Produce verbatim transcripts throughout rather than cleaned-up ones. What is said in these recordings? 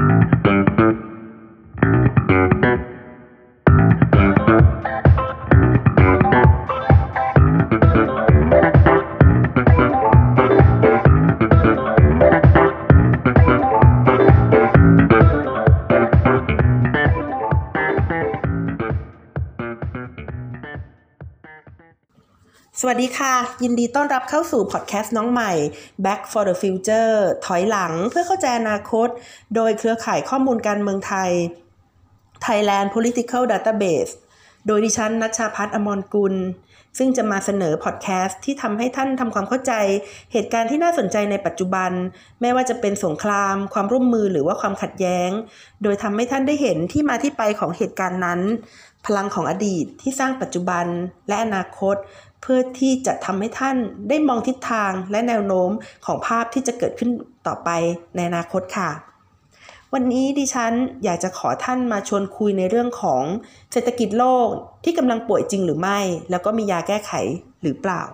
สวัสดีค่ะยินดีต้อนรับเข้าสู่พอดแคสต์น้องใหม่ Back for the Future ถอยหลังเพื่อเข้าใจอนาคตโดยเครือข่ายข้อมูลการเมืองไทย Thailand Political Database โดยดิฉันณัชชาภัทร อมรกุลซึ่งจะมาเสนอพอดแคสต์ที่ทำให้ท่านทำความเข้าใจเหตุการณ์ที่น่าสนใจในปัจจุบันไม่ว่าจะเป็นสงครามความร่วมมือหรือว่าความขัดแย้งโดยทำให้ท่านได้เห็นที่มาที่ไปของเหตุการณ์นั้นพลังของอดีตที่สร้างปัจจุบันและอนาคตเพื่อที่จะทำให้ท่านได้มองทิศทางและแนวโน้มของภาพที่จะเกิดขึ้นต่อไปในอนาคตค่ะวันนี้ดิฉันอยากจะขอท่านมาชวนคุยในเรื่องของเศรษฐกิจโลกที่กำลังป่วยจริงหรือไม่แล้วก็มียาแก้ไขหรือเปล่า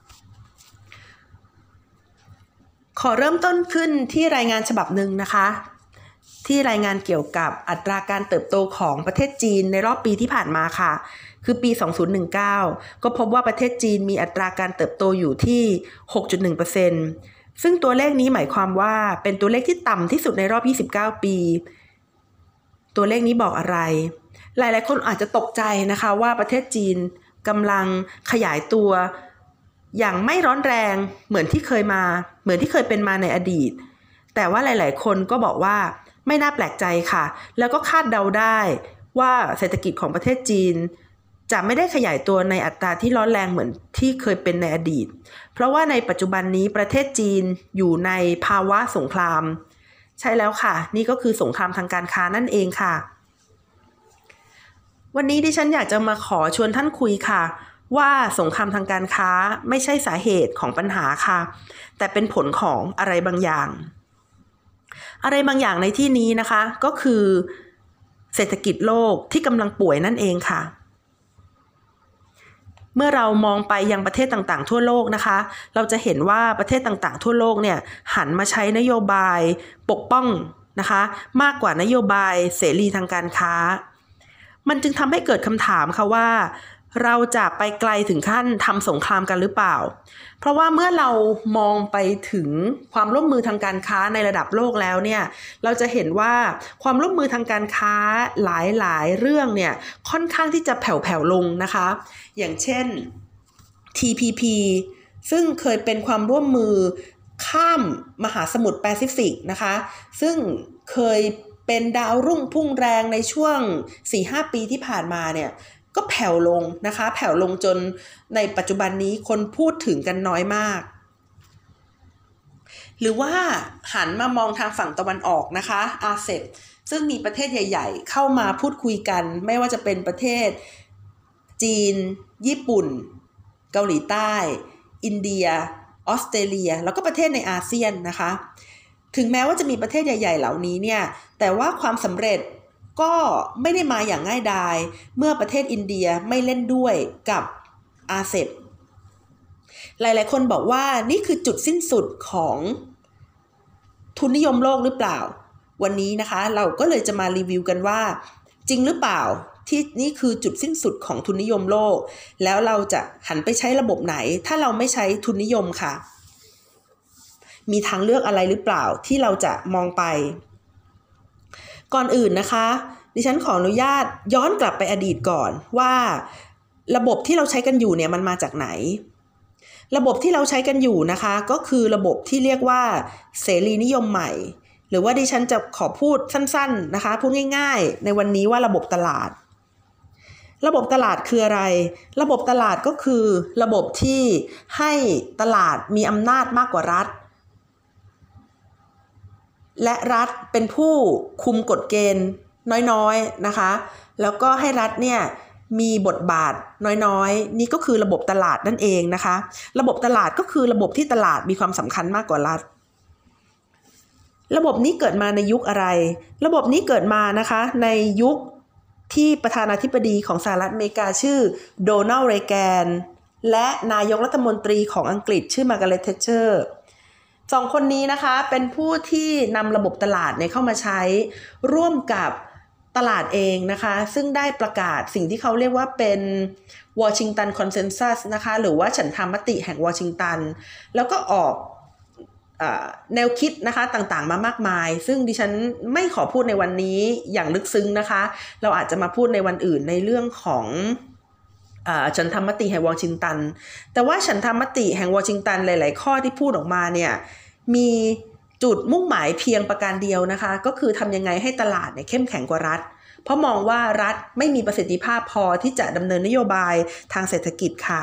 ขอเริ่มต้นขึ้นที่รายงานฉบับหนึ่งนะคะที่รายงานเกี่ยวกับอัตราการเติบโตของประเทศจีนในรอบปีที่ผ่านมาค่ะคือปีสองพันสิบเก้าก็พบว่าประเทศจีนมีอัตราการเติบโตอยู่ที่ หกจุดหนึ่งเปอร์เซ็นต์ ซึ่งตัวเลขนี้หมายความว่าเป็นตัวเลขที่ต่ำที่สุดในรอบยี่สิบเก้าปีตัวเลขนี้บอกอะไรหลายๆคนอาจจะตกใจนะคะว่าประเทศจีนกำลังขยายตัวอย่างไม่ร้อนแรงเหมือนที่เคยมาเหมือนที่เคยเป็นมาในอดีตแต่ว่าหลายๆคนก็บอกว่าไม่น่าแปลกใจค่ะแล้วก็คาดเดาได้ว่าเศรษฐกิจของประเทศจีนจะไม่ได้ขยายตัวในอัตราที่ร้อนแรงเหมือนที่เคยเป็นในอดีตเพราะว่าในปัจจุบันนี้ประเทศจีนอยู่ในภาวะสงครามใช่แล้วค่ะนี่ก็คือสงครามทางการค้านั่นเองค่ะวันนี้ดิฉันอยากจะมาขอชวนท่านคุยค่ะว่าสงครามทางการค้าไม่ใช่สาเหตุของปัญหาค่ะแต่เป็นผลของอะไรบางอย่างอะไรบางอย่างในที่นี้นะคะก็คือเศรษฐกิจโลกที่กำลังป่วยนั่นเองค่ะเมื่อเรามองไปยังประเทศต่างๆทั่วโลกนะคะเราจะเห็นว่าประเทศต่างๆทั่วโลกเนี่ยหันมาใช้นโยบายปกป้องนะคะมากกว่านโยบายเสรีทางการค้ามันจึงทำให้เกิดคำถามค่ะว่าเราจะไปไกลถึงขั้นทำสงครามกันหรือเปล่าเพราะว่าเมื่อเรามองไปถึงความร่วมมือทางการค้าในระดับโลกแล้วเนี่ยเราจะเห็นว่าความร่วมมือทางการค้าหลายๆเรื่องเนี่ยค่อนข้างที่จะแผ่วๆลงนะคะอย่างเช่น ที พี พี ซึ่งเคยเป็นความร่วมมือข้ามมหาสมุทรแปซิฟิกนะคะซึ่งเคยเป็นดาวรุ่งพุ่งแรงในช่วง สี่ห้า ปีที่ผ่านมาเนี่ยก็แผ่วลงนะคะแผ่วลงจนในปัจจุบันนี้คนพูดถึงกันน้อยมากหรือว่าหันมามองทางฝั่งตะวันออกนะคะ อา เซ อี พี ซึ่งมีประเทศใหญ่ๆเข้ามาพูดคุยกันไม่ว่าจะเป็นประเทศจีนญี่ปุ่นเกาหลีใต้อินเดียออสเตรเลียแล้วก็ประเทศในอาเซียนนะคะถึงแม้ว่าจะมีประเทศใหญ่ๆเหล่านี้เนี่ยแต่ว่าความสำเร็จก็ไม่ได้มาอย่างง่ายดายเมื่อประเทศอินเดียไม่เล่นด้วยกับ อา เซ อี พี หลายๆคนบอกว่านี่คือจุดสิ้นสุดของทุนนิยมโลกหรือเปล่าวันนี้นะคะเราก็เลยจะมารีวิวกันว่าจริงหรือเปล่าที่นี่คือจุดสิ้นสุดของทุนนิยมโลกแล้วเราจะหันไปใช้ระบบไหนถ้าเราไม่ใช้ทุนนิยมค่ะมีทางเลือกอะไรหรือเปล่าที่เราจะมองไปก่อนอื่นนะคะดิฉันขออนุญาตย้อนกลับไปอดีตก่อนว่าระบบที่เราใช้กันอยู่เนี่ยมันมาจากไหนระบบที่เราใช้กันอยู่นะคะก็คือระบบที่เรียกว่าเสรีนิยมใหม่หรือว่าดิฉันจะขอพูดสั้นๆนะคะพูดง่ายๆในวันนี้ว่าระบบตลาดระบบตลาดคืออะไรระบบตลาดก็คือระบบที่ให้ตลาดมีอำนาจมากกว่ารัฐและรัฐเป็นผู้คุมกฎเกณฑ์น้อยๆนะคะแล้วก็ให้รัฐเนี่ยมีบทบาทน้อยๆนี่ก็คือระบบตลาดนั่นเองนะคะระบบตลาดก็คือระบบที่ตลาดมีความสำคัญมากกว่ารัฐระบบนี้เกิดมาในยุคอะไรระบบนี้เกิดมานะคะในยุคที่ประธานาธิบดีของสหรัฐอเมริกาชื่อโดนัลด์ เรแกนและนายกรัฐมนตรีของอังกฤษชื่อมาร์กาเร็ต แททเชอร์สองคนนี้นะคะเป็นผู้ที่นำระบบตลาดเนี่ยเข้ามาใช้ร่วมกับตลาดเองนะคะซึ่งได้ประกาศสิ่งที่เขาเรียกว่าเป็นวอชิงตันคอนเซนแซสนะคะหรือว่าฉันทามติแห่งวอชิงตันแล้วก็ออกแนวคิดนะคะต่างๆมามากมายซึ่งดิฉันไม่ขอพูดในวันนี้อย่างลึกซึ้งนะคะเราอาจจะมาพูดในวันอื่นในเรื่องของฉันทามติแห่งวอชิงตันแต่ว่าฉันทามติแห่งวอชิงตันหลายๆข้อที่พูดออกมาเนี่ยมีจุดมุ่งหมายเพียงประการเดียวนะคะก็คือทำยังไงให้ตลาดเนี่ยเข้มแข็งกว่ารัฐเพราะมองว่ารัฐไม่มีประสิทธิภาพพอที่จะดำเนินนโยบายทางเศรษฐกิจค่ะ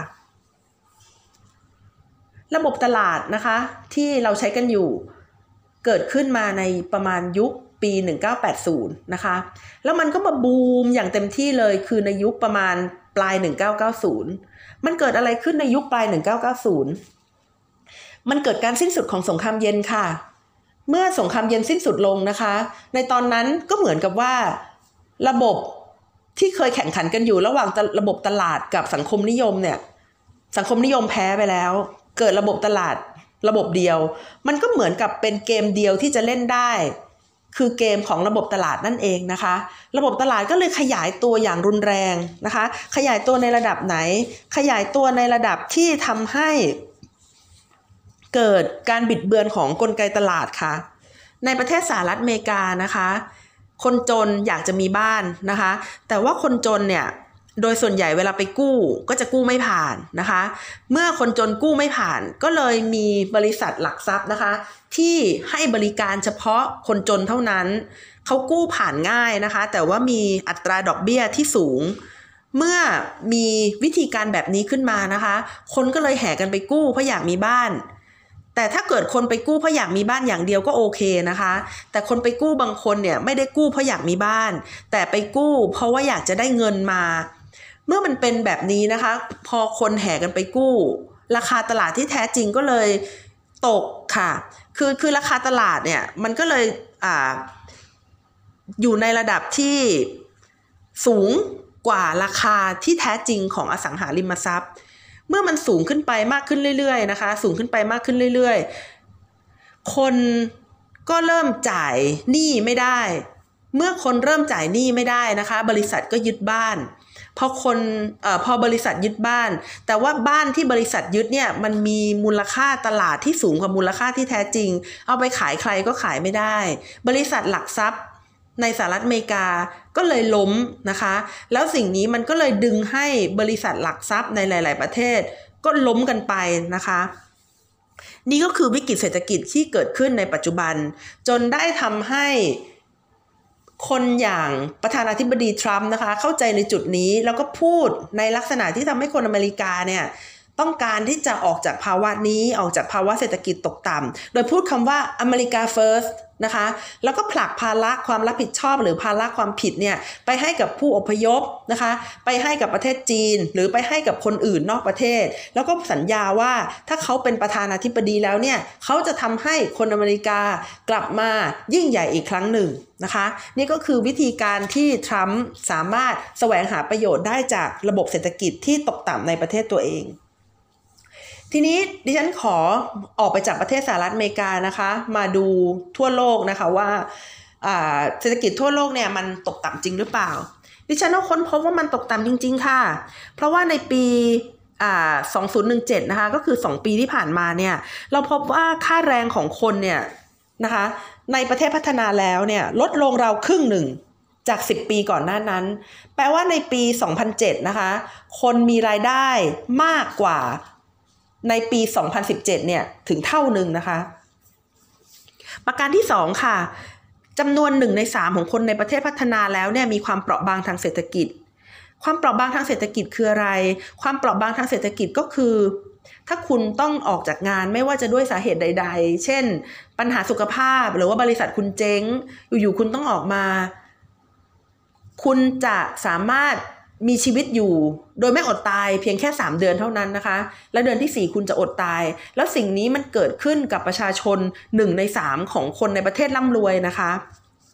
ระบบตลาดนะคะที่เราใช้กันอยู่เกิดขึ้นมาในประมาณยุคปีหนึ่งเก้าแปดศูนย์นะคะแล้วมันก็มาบูมอย่างเต็มที่เลยคือในยุคประมาณปลายหนึ่งเก้าเก้าศูนย์มันเกิดอะไรขึ้นในยุคปลายหนึ่งเก้าเก้าศูนย์มันเกิดการสิ้นสุดของสงครามเย็นค่ะเมื่อสงครามเย็นสิ้นสุดลงนะคะในตอนนั้นก็เหมือนกับว่าระบบที่เคยแข่งขันกันอยู่ระหว่างระบบตลาดกับสังคมนิยมเนี่ยสังคมนิยมแพ้ไปแล้วเกิดระบบตลาดระบบเดียวมันก็เหมือนกับเป็นเกมเดียวที่จะเล่นได้คือเกมของระบบตลาดนั่นเองนะคะระบบตลาดก็เลยขยายตัวอย่างรุนแรงนะคะขยายตัวในระดับไหนขยายตัวในระดับที่ทำให้เกิดการบิดเบือนของกลไกตลาดค่ะในประเทศสหรัฐอเมริกานะคะคนจนอยากจะมีบ้านนะคะแต่ว่าคนจนเนี่ยโดยส่วนใหญ่เวลาไปกู้ก็จะกู้ไม่ผ่านนะคะเมื่อคนจนกู้ไม่ผ่านก็เลยมีบริษัทหลักทรัพย์นะคะที่ให้บริการเฉพาะคนจนเท่านั้นเขากู้ผ่านง่ายนะคะแต่ว่ามีอัตราดอกเบี้ยที่สูงเมื่อมีวิธีการแบบนี้ขึ้นมานะคะคนก็เลยแห่กันไปกู้เพราะอยากมีบ้านแต่ถ้าเกิดคนไปกู้เพราะอยากมีบ้านอย่างเดียวก็โอเคนะคะแต่คนไปกู้บางคนเนี่ยไม่ได้กู้เพราะอยากมีบ้านแต่ไปกู้เพราะว่าอยากจะได้เงินมาเมื่อมันเป็นแบบนี้นะคะพอคนแห่กันไปกู้ราคาตลาดที่แท้จริงก็เลยตกค่ะคือคือราคาตลาดเนี่ยมันก็เลยอ่าอยู่ในระดับที่สูงกว่าราคาที่แท้จริงของอสังหาริมทรัพย์เมื่อมันสูงขึ้นไปมากขึ้นเรื่อยๆนะคะสูงขึ้นไปมากขึ้นเรื่อยๆคนก็เริ่มจ่ายหนี้ไม่ได้เมื่อคนเริ่มจ่ายหนี้ไม่ได้นะคะบริษัทก็ยึดบ้านพอคนเอ่อพอบริษัทยึดบ้านแต่ว่าบ้านที่บริษัทยึดเนี่ยมันมีมูลค่าตลาดที่สูงกว่ามูลค่าที่แท้จริงเอาไปขายใครก็ขายไม่ได้บริษัทหลักทรัพย์ในสหรัฐอเมริกาก็เลยล้มนะคะแล้วสิ่งนี้มันก็เลยดึงให้บริษัทหลักทรัพย์ในหลายๆประเทศก็ล้มกันไปนะคะนี่ก็คือวิกฤตเศรษฐกิจที่เกิดขึ้นในปัจจุบันจนได้ทำให้คนอย่างประธานาธิบดีทรัมป์นะคะเข้าใจในจุดนี้แล้วก็พูดในลักษณะที่ทำให้คนอเมริกาเนี่ยต้องการที่จะออกจากภาวะนี้ออกจากภาวะเศรษฐกิจตกต่ำโดยพูดคำว่าอเมริกา first นะคะแล้วก็ผลักภาระความรับผิดชอบหรือภาระความผิดเนี่ยไปให้กับผู้อพยพนะคะไปให้กับประเทศจีนหรือไปให้กับคนอื่นนอกประเทศแล้วก็สัญญาว่าถ้าเขาเป็นประธานาธิบดีแล้วเนี่ยเขาจะทำให้คนอเมริกากลับมายิ่งใหญ่อีกครั้งหนึ่งนะคะนี่ก็คือวิธีการที่ทรัมป์สามารถแสวงหาประโยชน์ได้จากระบบเศรษฐกิจที่ตกต่ำในประเทศตัวเองทีนี้ดิฉันขอออกไปจากประเทศสหรัฐอเมริกานะคะมาดูทั่วโลกนะคะว่าเศรษฐกิจทั่วโลกเนี่ยมันตกต่ำจริงหรือเปล่าดิฉันก็ค้นพบว่ามันตกต่ำจริงๆค่ะเพราะว่าในปีสองพันสิบเจ็ดนะคะก็คือสองปีที่ผ่านมาเนี่ยเราพบว่าค่าแรงของคนเนี่ยนะคะในประเทศพัฒนาแล้วเนี่ยลดลงราวครึ่งหนึ่งจากสิบปีก่อนหน้านั้นแปลว่าในปีสองพันเจ็ดนะคะคนมีรายได้มากกว่าในปีสองพันสิบเจ็ดเนี่ยถึงเท่านึงนะคะประการที่สองค่ะจำนวนหนึ่งในสามของคนในประเทศพัฒนาแล้วเนี่ยมีความเปราะบางทางเศรษฐกิจความเปราะบางทางเศรษฐกิจคืออะไรความเปราะบางทางเศรษฐกิจก็คือถ้าคุณต้องออกจากงานไม่ว่าจะด้วยสาเหตุใดๆเช่นปัญหาสุขภาพหรือว่าบริษัทคุณเจ๊งอยู่ๆคุณต้องออกมาคุณจะสามารถมีชีวิตอยู่โดยไม่อดตายเพียงแค่สามเดือนเท่านั้นนะคะและเดือนที่สี่คุณจะอดตายแล้วสิ่งนี้มันเกิดขึ้นกับประชาชนหนึ่งในสามของคนในประเทศร่ำรวยนะคะ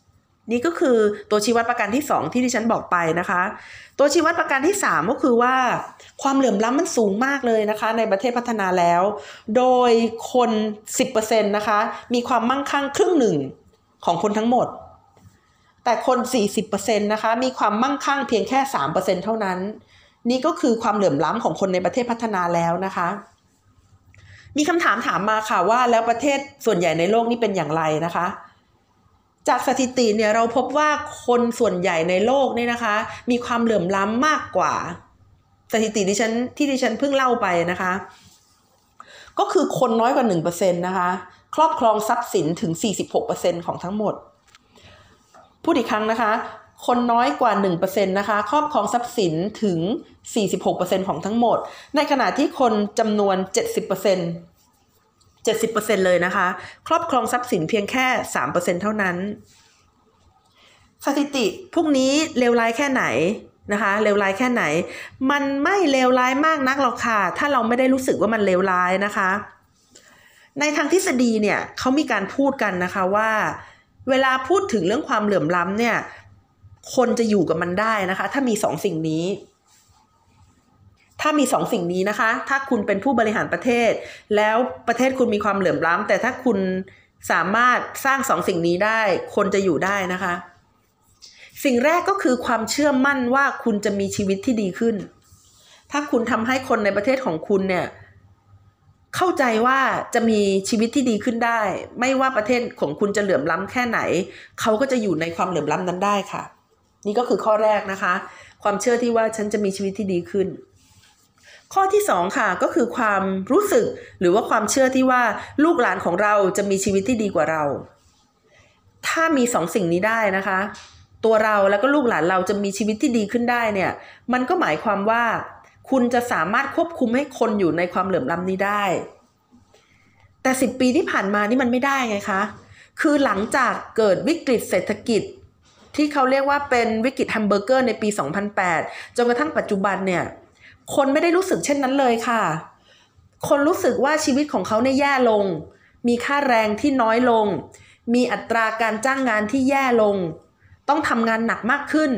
นี่ก็คือตัวชี้วัดประการที่สองที่ดิฉันบอกไปนะคะตัวชี้วัดประการที่สามก็คือว่าความเหลื่อมล้ำมันสูงมากเลยนะคะในประเทศพัฒนาแล้วโดยคน สิบเปอร์เซ็นต์ นะคะมีความมั่งคั่งครึ่งหนึ่งของคนทั้งหมดแต่คน สี่สิบเปอร์เซ็นต์ นะคะมีความมั่งคั่งเพียงแค่ สามเปอร์เซ็นต์ เท่านั้นนี่ก็คือความเหลื่อมล้ำของคนในประเทศพัฒนาแล้วนะคะมีคำถามถามมาค่ะว่าแล้วประเทศส่วนใหญ่ในโลกนี้เป็นอย่างไรนะคะจากสถิติเนี่ยเราพบว่าคนส่วนใหญ่ในโลกนี่นะคะมีความเหลื่อมล้ำมากกว่าสถิติที่ฉันที่ดิฉันเพิ่งเล่าไปนะคะก็คือคนน้อยกว่า หนึ่งเปอร์เซ็นต์ นะคะครอบครองทรัพย์สินถึง สี่สิบหกเปอร์เซ็นต์ ของทั้งหมดพูดอีกครั้งนะคะคนน้อยกว่า หนึ่งเปอร์เซ็นต์ นะคะครอบครองทรัพย์สินถึง สี่สิบหกเปอร์เซ็นต์ ของทั้งหมดในขณะที่คนจำนวน เจ็ดสิบเปอร์เซ็นต์เจ็ดสิบเปอร์เซ็นต์ เลยนะคะครอบครองทรัพย์สินเพียงแค่ สามเปอร์เซ็นต์ เท่านั้นสถิติพวกนี้เลวร้ายแค่ไหนนะคะเลวร้ายแค่ไหนมันไม่เลวร้ายมากนักหรอกค่ะถ้าเราไม่ได้รู้สึกว่ามันเลวร้ายนะคะในทางทฤษฎีเนี่ยเขามีการพูดกันนะคะว่าเวลาพูดถึงเรื่องความเหลื่อมล้ำเนี่ยคนจะอยู่กับมันได้นะคะถ้ามีสองสิ่งนี้ถ้ามีสองสิ่งนี้นะคะถ้าคุณเป็นผู้บริหารประเทศแล้วประเทศคุณมีความเหลื่อมล้ำแต่ถ้าคุณสามารถสร้างสองสิ่งนี้ได้คนจะอยู่ได้นะคะสิ่งแรกก็คือความเชื่อมั่นว่าคุณจะมีชีวิตที่ดีขึ้นถ้าคุณทำให้คนในประเทศของคุณเนี่ยเข้าใจว่าจะมีชีวิตที่ดีขึ้นได้ไม่ว่าประเทศของคุณจะเหลื่อมล้ำแค่ไหนเขาก็จะอยู่ในความเหลื่อมล้ำนั้นได้ค่ะนี่ก็คือข้อแรกนะคะความเชื่อที่ว่าฉันจะมีชีวิตที่ดีขึ้นข้อที่สองค่ะก็คือความรู้สึกหรือว่าความเชื่อที่ว่าลูกหลานของเราจะมีชีวิตที่ดีกว่าเราถ้ามีสองสิ่งนี้ได้นะคะตัวเราแล้วก็ลูกหลานเราจะมีชีวิตที่ดีขึ้นได้เนี่ยมันก็หมายความว่าคุณจะสามารถควบคุมให้คนอยู่ในความเหลื่อมล้ำนี้ได้แต่สิบปีที่ผ่านมานี่มันไม่ได้ไงคะคือหลังจากเกิดวิกฤตเศรษฐกิจที่เขาเรียกว่าเป็นวิกฤตแฮมเบอร์เกอร์ในปีสองพันแปดจนกระทั่งปัจจุบันเนี่ยคนไม่ได้รู้สึกเช่นนั้นเลยค่ะคนรู้สึกว่าชีวิตของเขาเนี่ยแย่ลงมีค่าแรงที่น้อยลงมีอัตราการจ้างงานที่แย่ลงต้องทำงานหนักมากขึ้น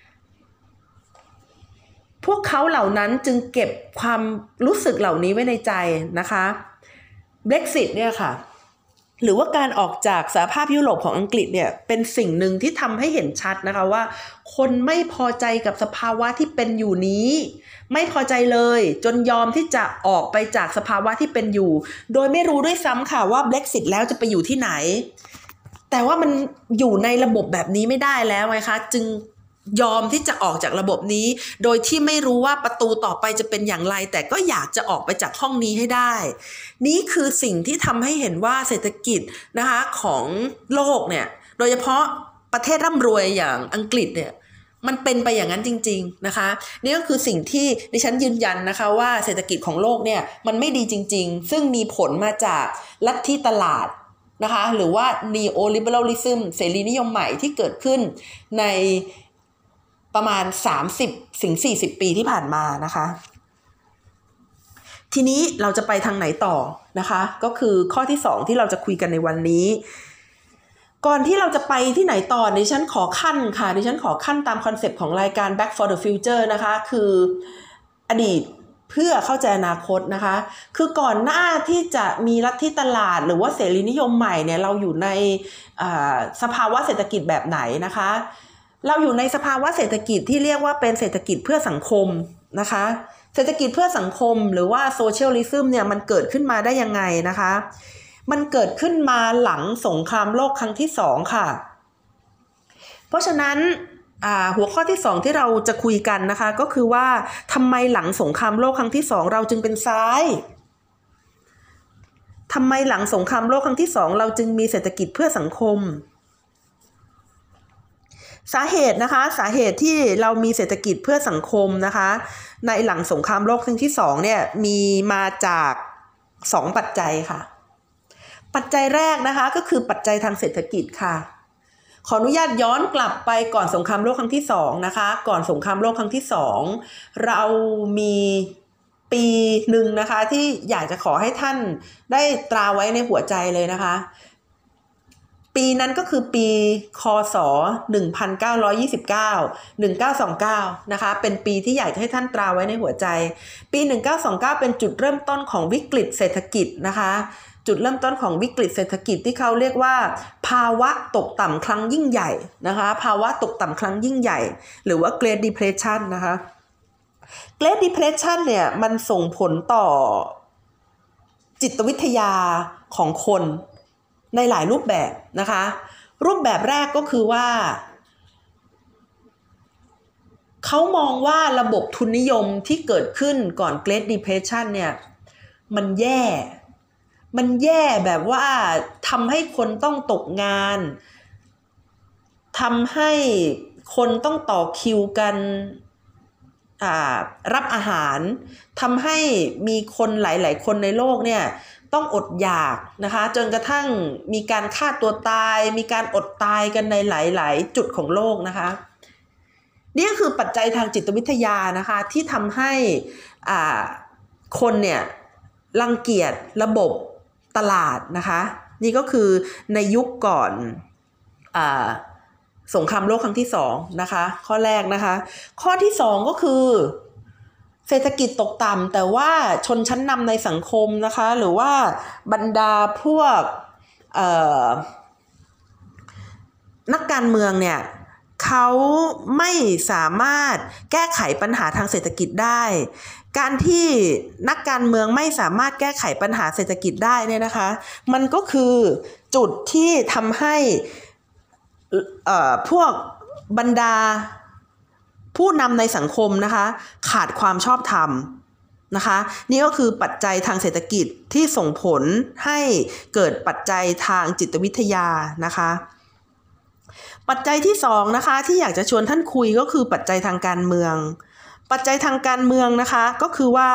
พวกเขาเหล่านั้นจึงเก็บความรู้สึกเหล่านี้ไว้ในใจนะคะ Brexit เนี่ยค่ะหรือว่าการออกจากสหภาพยุโรปของอังกฤษเนี่ยเป็นสิ่งหนึ่งที่ทำให้เห็นชัดนะคะว่าคนไม่พอใจกับสภาวะที่เป็นอยู่นี้ไม่พอใจเลยจนยอมที่จะออกไปจากสภาวะที่เป็นอยู่โดยไม่รู้ด้วยซ้ำค่ะว่า Brexit แล้วจะไปอยู่ที่ไหนแต่ว่ามันอยู่ในระบบแบบนี้ไม่ได้แล้วไงคะจึงยอมที่จะออกจากระบบนี้โดยที่ไม่รู้ว่าประตูต่อไปจะเป็นอย่างไรแต่ก็อยากจะออกไปจากห้องนี้ให้ได้นี่คือสิ่งที่ทำให้เห็นว่าเศรษฐกิจนะคะของโลกเนี่ยโดยเฉพาะประเทศร่ำรวยอย่างอังกฤษเนี่ยมันเป็นไปอย่างนั้นจริงๆนะคะนี่ก็คือสิ่งที่ดิฉันยืนยันนะคะว่าเศรษฐกิจของโลกเนี่ยมันไม่ดีจริงๆซึ่งมีผลมาจากลัทธิตลาดนะคะหรือว่า Neoliberalism เสรีนิยมใหม่ที่เกิดขึ้นในประมาณสามสิบถึงสี่สิบปีที่ผ่านมานะคะทีนี้เราจะไปทางไหนต่อนะคะก็คือข้อที่สองที่เราจะคุยกันในวันนี้ก่อนที่เราจะไปที่ไหนต่อดิฉันขอขั้นค่ะดิฉันขอขั้นตามคอนเซปต์ของรายการ Back for the Future นะคะคืออดีตเพื่อเข้าใจอนาคตนะคะคือก่อนหน้าที่จะมีลัทธิตลาดหรือว่าเสรีนิยมใหม่เนี่ยเราอยู่ในสภาวะเศรษฐกิจแบบไหนนะคะเราอยู่ในสภาวะเศรษฐกิจที่เรียกว่าเป็นเศรษฐกิจเพื่อสังคมนะคะเศรษฐกิจเพื่อสังคมหรือว่าโซเชียลิซึมเนี่ยมันเกิดขึ้นมาได้ยังไงนะคะมันเกิดขึ้นมาหลังสงครามโลกครั้งที่สองค่ะเพราะฉะนั้นหัวข้อที่สองที่เราจะคุยกันนะคะก็คือว่าทำไมหลังสงครามโลกครั้งที่สองเราจึงเป็นซ้ายทำไมหลังสงครามโลกครั้งที่สองเราจึงมีเศรษฐกิจเพื่อสังคมสาเหตุนะคะสาเหตุที่เรามีเศรษฐกิจเพื่อสังคมนะคะในหลังสงครามโลกครั้งที่สองเนี่ยมีมาจากสองปัจจัยค่ะปัจจัยแรกนะคะก็คือปัจจัยทางเศรษฐกิจค่ะขออนุญาตย้อนกลับไปก่อนสงครามโลกครั้งที่สองนะคะก่อนสงครามโลกครั้งที่สองเรามีปีหนึ่งนะคะที่อยากจะขอให้ท่านได้ตราไว้ในหัวใจเลยนะคะปีนั้นก็คือปีคศหนึ่งพันเก้าร้อยยี่สิบเก้า หนึ่งพันเก้าร้อยยี่สิบเก้านะคะเป็นปีที่อยากให้ท่านตราไว้ในหัวใจปีหนึ่งพันเก้าร้อยยี่สิบเก้าเป็นจุดเริ่มต้นของวิกฤตเศรษฐกิจนะคะจุดเริ่มต้นของวิกฤตเศรษฐกิจที่เขาเรียกว่าภาวะตกต่ำครั้งยิ่งใหญ่นะคะภาวะตกต่ำครั้งยิ่งใหญ่หรือว่า Great Depression นะคะ Great Depression เนี่ยมันส่งผลต่อจิตวิทยาของคนในหลายรูปแบบนะคะรูปแบบแรกก็คือว่าเขามองว่าระบบทุนนิยมที่เกิดขึ้นก่อน Great Depression เนี่ยมันแย่มันแย่แบบว่าทำให้คนต้องตกงานทำให้คนต้องต่อคิวกันรับอาหารทำให้มีคนหลายๆคนในโลกเนี่ยต้องอดอยากนะคะจนกระทั่งมีการฆ่าตัวตายมีการอดตายกันในหลายๆจุดของโลกนะคะนี่ก็คือปัจจัยทางจิตวิทยานะคะที่ทำให้อ่าคนเนี่ยรังเกียจระบบตลาดนะคะนี่ก็คือในยุคก่อนอ่าสงครามโลกครั้งที่สองนะคะข้อแรกนะคะข้อที่สองก็คือเศรษฐกิจตกต่ำแต่ว่าชนชั้นนำในสังคมนะคะหรือว่าบรรดาพวกนักการเมืองเนี่ยเขาไม่สามารถแก้ไขปัญหาทางเศรษฐกิจได้การที่นักการเมืองไม่สามารถแก้ไขปัญหาเศรษฐกิจได้เนี่ยนะคะมันก็คือจุดที่ทำให้พวกบรรดาผู้นำในสังคมนะคะขาดความชอบธรรมนะคะนี่ก็คือปัจจัยทางเศรษฐกิจที่ส่งผลให้เกิดปัจจัยทางจิตวิทยานะคะปัจจัยที่สองนะคะที่อยากจะชวนท่านคุยก็คือปัจจัยทางการเมืองปัจจัยทางการเมืองนะคะก็คือว่า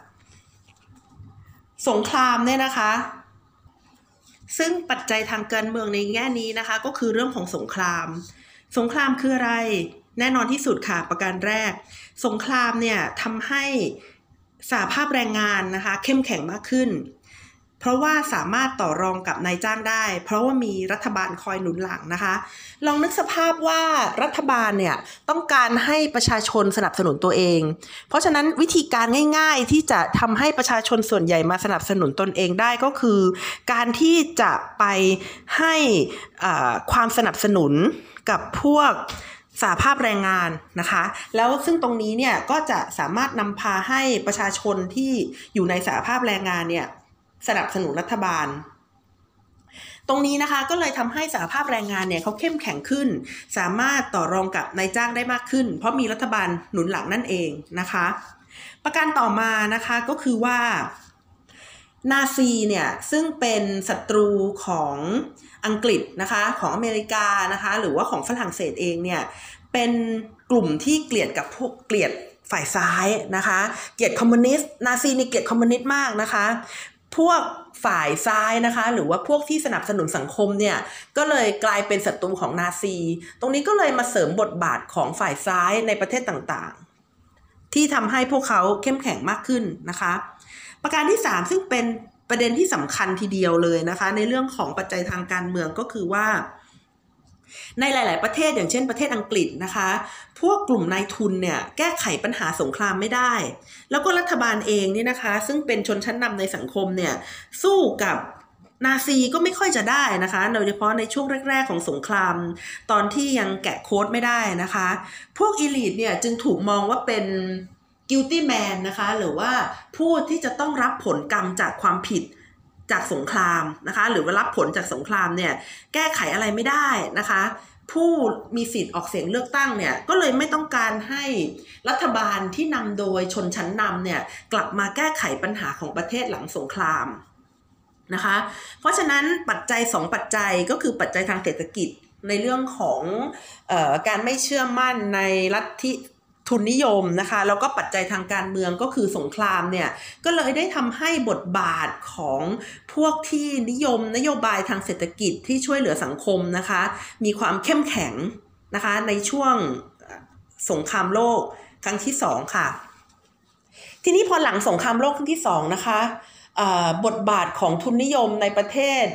สงครามเนี่ยนะคะซึ่งปัจจัยทางการเมืองในแง่นี้นะคะก็คือเรื่องของสงครามสงครามคืออะไรแน่นอนที่สุดค่ะประการแรกสงครามเนี่ยทำให้สหภาพแรงงานนะคะเข้มแข็งมากขึ้นเพราะว่าสามารถต่อรองกับนายจ้างได้เพราะว่ามีรัฐบาลคอยหนุนหลังนะคะลองนึกสภาพว่ารัฐบาลเนี่ยต้องการให้ประชาชนสนับสนุนตัวเองเพราะฉะนั้นวิธีการง่ายๆที่จะทำให้ประชาชนส่วนใหญ่มาสนับสนุนตนเองได้ก็คือการที่จะไปให้ความสนับสนุนกับพวกสหภาพแรงงานนะคะแล้วซึ่งตรงนี้เนี่ยก็จะสามารถนำพาให้ประชาชนที่อยู่ในสหภาพแรงงานเนี่ยสนับสนุนรัฐบาลตรงนี้นะคะก็เลยทำให้สหภาพแรงงานเนี่ยเขาเข้มแข็งขึ้นสามารถต่อรองกับนายจ้างได้มากขึ้นเพราะมีรัฐบาลหนุนหลังนั่นเองนะคะประการต่อมานะคะก็คือว่านาซีเนี่ยซึ่งเป็นศัตรูของอังกฤษนะคะของอเมริกานะคะหรือว่าของฝรั่งเศสเองเนี่ยเป็นกลุ่มที่เกลียดกับพวกเกลียดฝ่ายซ้ายนะคะเกลียดคอมมิวนิสต์นาซีนี่เกลียดคอมมิวนิสต์มากนะคะพวกฝ่ายซ้ายนะคะหรือว่าพวกที่สนับสนุนสังคมเนี่ยก็เลยกลายเป็นศัตรูของนาซีตรงนี้ก็เลยมาเสริมบทบาทของฝ่ายซ้ายในประเทศต่างๆที่ทำให้พวกเขาเข้มแข็งมากขึ้นนะคะประการที่สามซึ่งเป็นประเด็นที่สำคัญทีเดียวเลยนะคะในเรื่องของปัจจัยทางการเมืองก็คือว่าในหลายๆประเทศอย่างเช่นประเทศอังกฤษนะคะพวกกลุ่มนายทุนเนี่ยแก้ไขปัญหาสงครามไม่ได้แล้วก็รัฐบาลเองเนี่ยนะคะซึ่งเป็นชนชั้นนำในสังคมเนี่ยสู้กับนาซีก็ไม่ค่อยจะได้นะคะโดยเฉพาะในช่วงแรกๆของสงครามตอนที่ยังแกะโค้ดไม่ได้นะคะพวกอีลิทเนี่ยจึงถูกมองว่าเป็น guilty man นะคะหรือว่าผู้ที่จะต้องรับผลกรรมจากความผิดจากสงครามนะคะหรือว่ารับผลจากสงครามเนี่ยแก้ไขอะไรไม่ได้นะคะผู้มีสิทธิ์ออกเสียงเลือกตั้งเนี่ยก็เลยไม่ต้องการให้รัฐบาลที่นำโดยชนชั้นนำเนี่ยกลับมาแก้ไขปัญหาของประเทศหลังสงครามนะคะเพราะฉะนั้นปัจจัยสองปัจจัยก็คือปัจจัยทางเศรษฐกิจในเรื่องของเอ่อการไม่เชื่อมั่นในลัทธิทุนนิยมนะคะแล้วก็ปัจจัยทางการเมืองก็คือสงครามเนี่ยก็เลยได้ทำให้บทบาทของพวกที่นิยมนโยบายทางเศรษฐกิจที่ช่วยเหลือสังคมนะคะมีความเข้มแข็งนะคะในช่วงสงครามโลกครั้งที่สองค่ะทีนี้พอหลังสงครามโลกครั้งที่สองนะคะบทบาทของทุนนิยมในประเทศ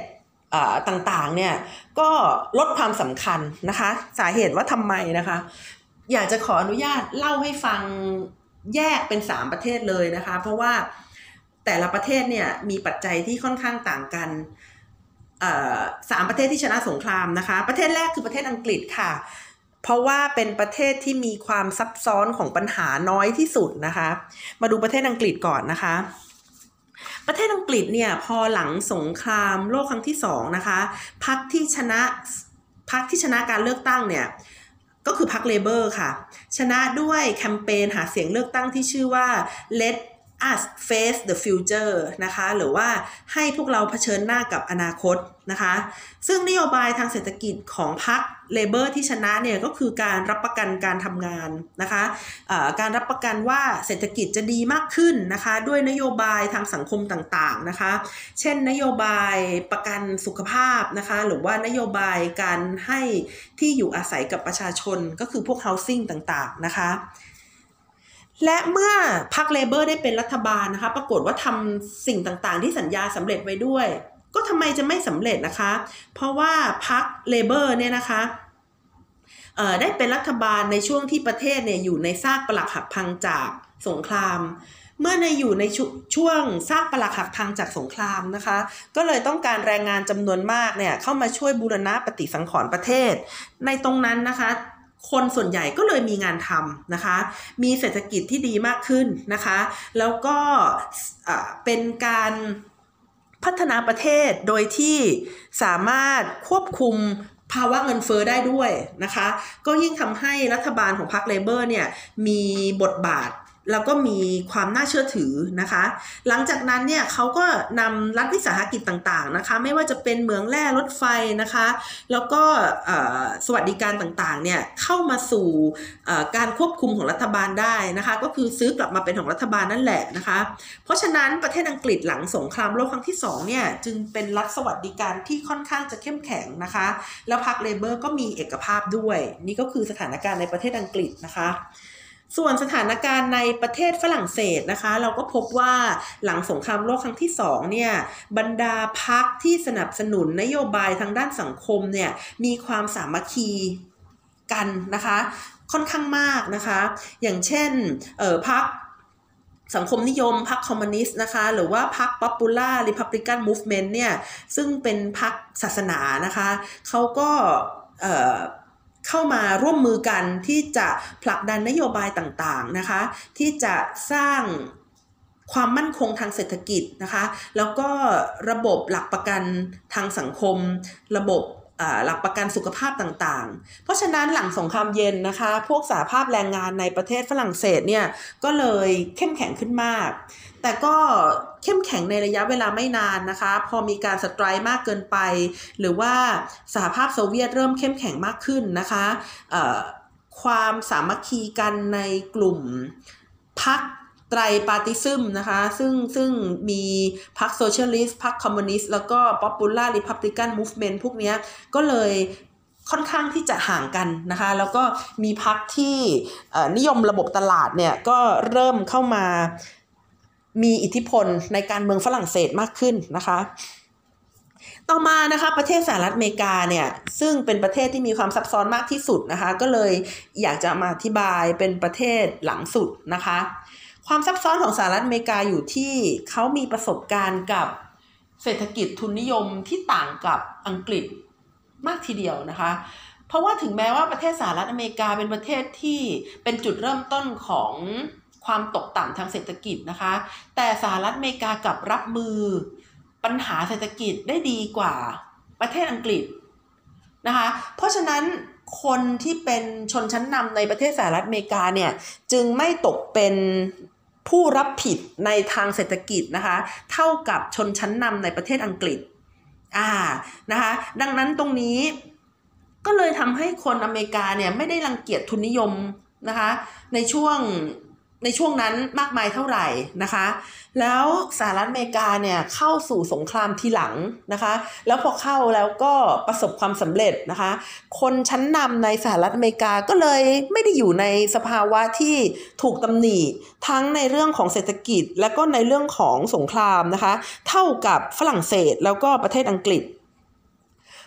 ต่างๆเนี่ยก็ลดความสำคัญนะคะสาเหตุว่าทำไมนะคะอยากจะขออนุญาตเล่าให้ฟังแยกเป็นสามประเทศเลยนะคะเพราะว่าแต่ละประเทศเนี่ยมีปัจจัยที่ค่อนข้างต่างกันสามประเทศที่ชนะสงครามนะคะประเทศแรกคือประเทศอังกฤษค่ะเพราะว่าเป็นประเทศที่มีความซับซ้อนของปัญหาน้อยที่สุดนะคะมาดูประเทศอังกฤษก่อนนะคะประเทศอังกฤษเนี่ยพอหลังสงครามโลกครั้งที่สองนะคะพรรคที่ชนะพรรคที่ชนะการเลือกตั้งเนี่ยก็คือพรรคเลเบอร์ค่ะชนะด้วยแคมเปญหาเสียงเลือกตั้งที่ชื่อว่า Let us face the future นะคะหรือว่าให้พวกเราเผชิญหน้ากับอนาคตนะคะซึ่งนโยบายทางเศรษฐกิจของพรรคเลเบอร์ที่ชนะเนี่ยก็คือการรับประกันการทำงานนะคะการรับประกันว่าเศรษฐกิจจะดีมากขึ้นนะคะด้วยนโยบายทางสังคมต่างๆนะคะเช่นนโยบายประกันสุขภาพนะคะหรือว่านโยบายการให้ที่อยู่อาศัยกับประชาชนก็คือพวก housing ต่างๆนะคะและเมื่อพรรคเลเบอร์ได้เป็นรัฐบาลนะคะปรากฏว่าทำสิ่งต่างๆที่สัญญาสำเร็จไว้ด้วยก็ทำไมจะไม่สำเร็จนะคะเพราะว่าพรรคเลเบอร์เนี่ยนะคะเอ่อได้เป็นรัฐบาลในช่วงที่ประเทศเนี่ยอยู่ในซากปรักหักพังจากสงครามเมื่อในอยู่ในช่วงซากปรักหักพังจากสงครามนะคะก็เลยต้องการแรงงานจำนวนมากเนี่ยเข้ามาช่วยบูรณะปฏิสังขรณ์ประเทศในตรงนั้นนะคะคนส่วนใหญ่ก็เลยมีงานทำนะคะมีเศรษฐกิจที่ดีมากขึ้นนะคะแล้วก็เป็นการพัฒนาประเทศโดยที่สามารถควบคุมภาวะเงินเฟ้อได้ด้วยนะคะก็ยิ่งทำให้รัฐบาลของพรรคเลเบอร์เนี่ยมีบทบาทแล้วก็มีความน่าเชื่อถือนะคะหลังจากนั้นเนี่ยเขาก็นำรัฐวิสาหกิจต่างๆนะคะไม่ว่าจะเป็นเหมืองแร่รถไฟนะคะแล้วก็สวัสดิการต่างๆเนี่ยเข้ามาสู่การควบคุมของรัฐบาลได้นะคะก็คือซื้อกลับมาเป็นของรัฐบาลนั่นแหละนะคะเพราะฉะนั้นประเทศอังกฤษหลังสงครามโลกครั้งที่สองเนี่ยจึงเป็นรัฐสวัสดิการที่ค่อนข้างจะเข้มแข็งนะคะแล้วพรรคเลเบอร์ก็มีเอกภาพด้วยนี่ก็คือสถานการณ์ในประเทศอังกฤษนะคะส่วนสถานการณ์ในประเทศฝรั่งเศสนะคะเราก็พบว่าหลังสงครามโลกครั้งที่สองเนี่ยบรรดาพรรคที่สนับสนุนนโยบายทางด้านสังคมเนี่ยมีความสามัคคีกันนะคะค่อนข้างมากนะคะอย่างเช่นเอ่อพรรคสังคมนิยมพรรคคอมมิวนิสต์นะคะหรือว่าพรรค Popular Republican Movement เนี่ยซึ่งเป็นพรรคศาสนานะคะเขาก็เอ่อเข้ามาร่วมมือกันที่จะผลักดันนโยบายต่างๆนะคะที่จะสร้างความมั่นคงทางเศรษฐกิจนะคะแล้วก็ระบบหลักประกันทางสังคมระบบหลักประกันสุขภาพต่างๆเพราะฉะนั้นหลังสงครามเย็นนะคะพวกสหภาพแรงงานในประเทศฝรั่งเศสเนี่ยก็เลยเข้มแข็งขึ้นมากแต่ก็เข้มแข็งในระยะเวลาไม่นานนะคะพอมีการสไตรค์มากเกินไปหรือว่าสหภาพโซเวียตเริ่มเข้มแข็งมากขึ้นนะคะความสามัคคีกันในกลุ่มพรรคไตรปาร์ติซึมนะคะซึ่งซึ่งมีพรรคโซเชียลิสต์พรรคคอมมิวนิสต์แล้วก็ Popular Republican Movement พวกนี้ก็เลยค่อนข้างที่จะห่างกันนะคะแล้วก็มีพรรคที่นิยมระบบตลาดเนี่ยก็เริ่มเข้ามามีอิทธิพลในการเมืองฝรั่งเศสมากขึ้นนะคะต่อมานะคะประเทศสหรัฐอเมริกาเนี่ยซึ่งเป็นประเทศที่มีความซับซ้อนมากที่สุดนะคะก็เลยอยากจะมาอธิบายเป็นประเทศหลังสุดนะคะความซับซ้อนของสหรัฐอเมริกาอยู่ที่เขามีประสบการณ์กับเศรษฐกิจทุนนิยมที่ต่างกับอังกฤษมากทีเดียวนะคะเพราะว่าถึงแม้ว่าประเทศสหรัฐอเมริกาเป็นประเทศที่เป็นจุดเริ่มต้นของความตกต่ำทางเศรษฐกิจนะคะแต่สหรัฐอเมริกากับรับมือปัญหาเศรษฐกิจได้ดีกว่าประเทศอังกฤษนะคะเพราะฉะนั้นคนที่เป็นชนชั้นนำในประเทศสหรัฐอเมริกาเนี่ยจึงไม่ตกเป็นผู้รับผิดในทางเศรษฐกิจนะคะเท่ากับชนชั้นนำในประเทศอังกฤษอ่านะคะดังนั้นตรงนี้ก็เลยทำให้คนอเมริกาเนี่ยไม่ได้รังเกียจทุนนิยมนะคะในช่วงในช่วงนั้นมากมายเท่าไหร่นะคะแล้วสหรัฐอเมริกาเนี่ยเข้าสู่สงครามทีหลังนะคะแล้วพอเข้าแล้วก็ประสบความสำเร็จนะคะคนชั้นนำในสหรัฐอเมริกาก็เลยไม่ได้อยู่ในสภาวะที่ถูกตำหนิทั้งในเรื่องของเศรษฐกิจและก็ในเรื่องของสงครามนะคะเท่ากับฝรั่งเศสแล้วก็ประเทศอังกฤษ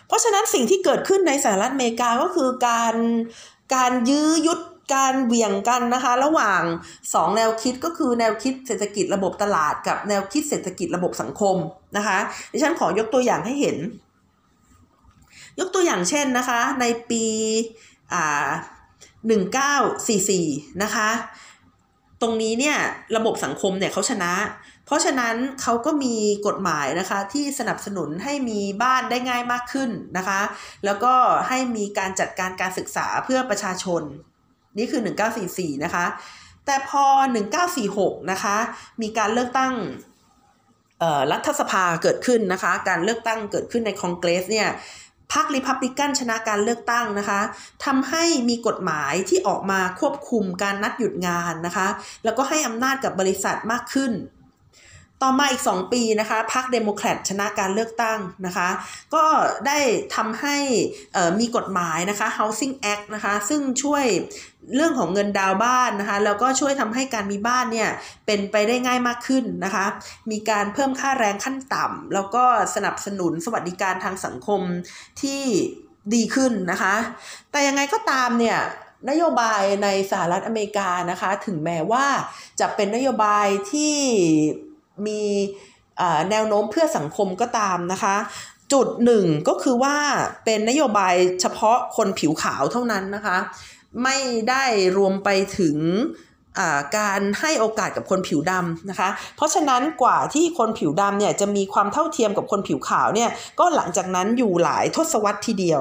เพราะฉะนั้นสิ่งที่เกิดขึ้นในสหรัฐอเมริกาก็คือการการยื้อยุดการเหวี่ยงกันนะคะระหว่างสองแนวคิดก็คือแนวคิดเศรษฐกิจระบบตลาดกับแนวคิดเศรษฐกิจระบบสังคมนะคะดิฉันขอยกตัวอย่างให้เห็นยกตัวอย่างเช่นนะคะในปีอ่าหนึ่งพันเก้าร้อยสี่สิบสี่นะคะตรงนี้เนี่ยระบบสังคมเนี่ยเขาชนะเพราะฉะนั้นเขาก็มีกฎหมายนะคะที่สนับสนุนให้มีบ้านได้ง่ายมากขึ้นนะคะแล้วก็ให้มีการจัดการการศึกษาเพื่อประชาชนนี่คือหนึ่งพันเก้าร้อยสี่สิบสี่นะคะแต่พอหนึ่งพันเก้าร้อยสี่สิบหกนะคะมีการเลือกตั้งรัฐสภาเกิดขึ้นนะคะการเลือกตั้งเกิดขึ้นในคองเกรสเนี่ยพรรครีพับลิกันชนะการเลือกตั้งนะคะทำให้มีกฎหมายที่ออกมาควบคุมการนัดหยุดงานนะคะแล้วก็ให้อำนาจกับบริษัทมากขึ้นต่อมาอีกสองปีนะคะพรรคเดโมแครตชนะการเลือกตั้งนะคะก็ได้ทำให้มีกฎหมายนะคะ Housing Act นะคะซึ่งช่วยเรื่องของเงินดาวน์บ้านนะคะแล้วก็ช่วยทำให้การมีบ้านเนี่ยเป็นไปได้ง่ายมากขึ้นนะคะมีการเพิ่มค่าแรงขั้นต่ำแล้วก็สนับสนุนสวัสดิการทางสังคมที่ดีขึ้นนะคะแต่ยังไงก็ตามเนี่ยนโยบายในสหรัฐอเมริกานะคะถึงแม้ว่าจะเป็นนโยบายที่มีแนวโน้มเพื่อสังคมก็ตามนะคะจุดหนึ่งก็คือว่าเป็นนโยบายเฉพาะคนผิวขาวเท่านั้นนะคะไม่ได้รวมไปถึงการให้โอกาสกับคนผิวดำนะคะเพราะฉะนั้นกว่าที่คนผิวดำเนี่ยจะมีความเท่าเทียมกับคนผิวขาวเนี่ยก็หลังจากนั้นอยู่หลายทศวรรษทีเดียว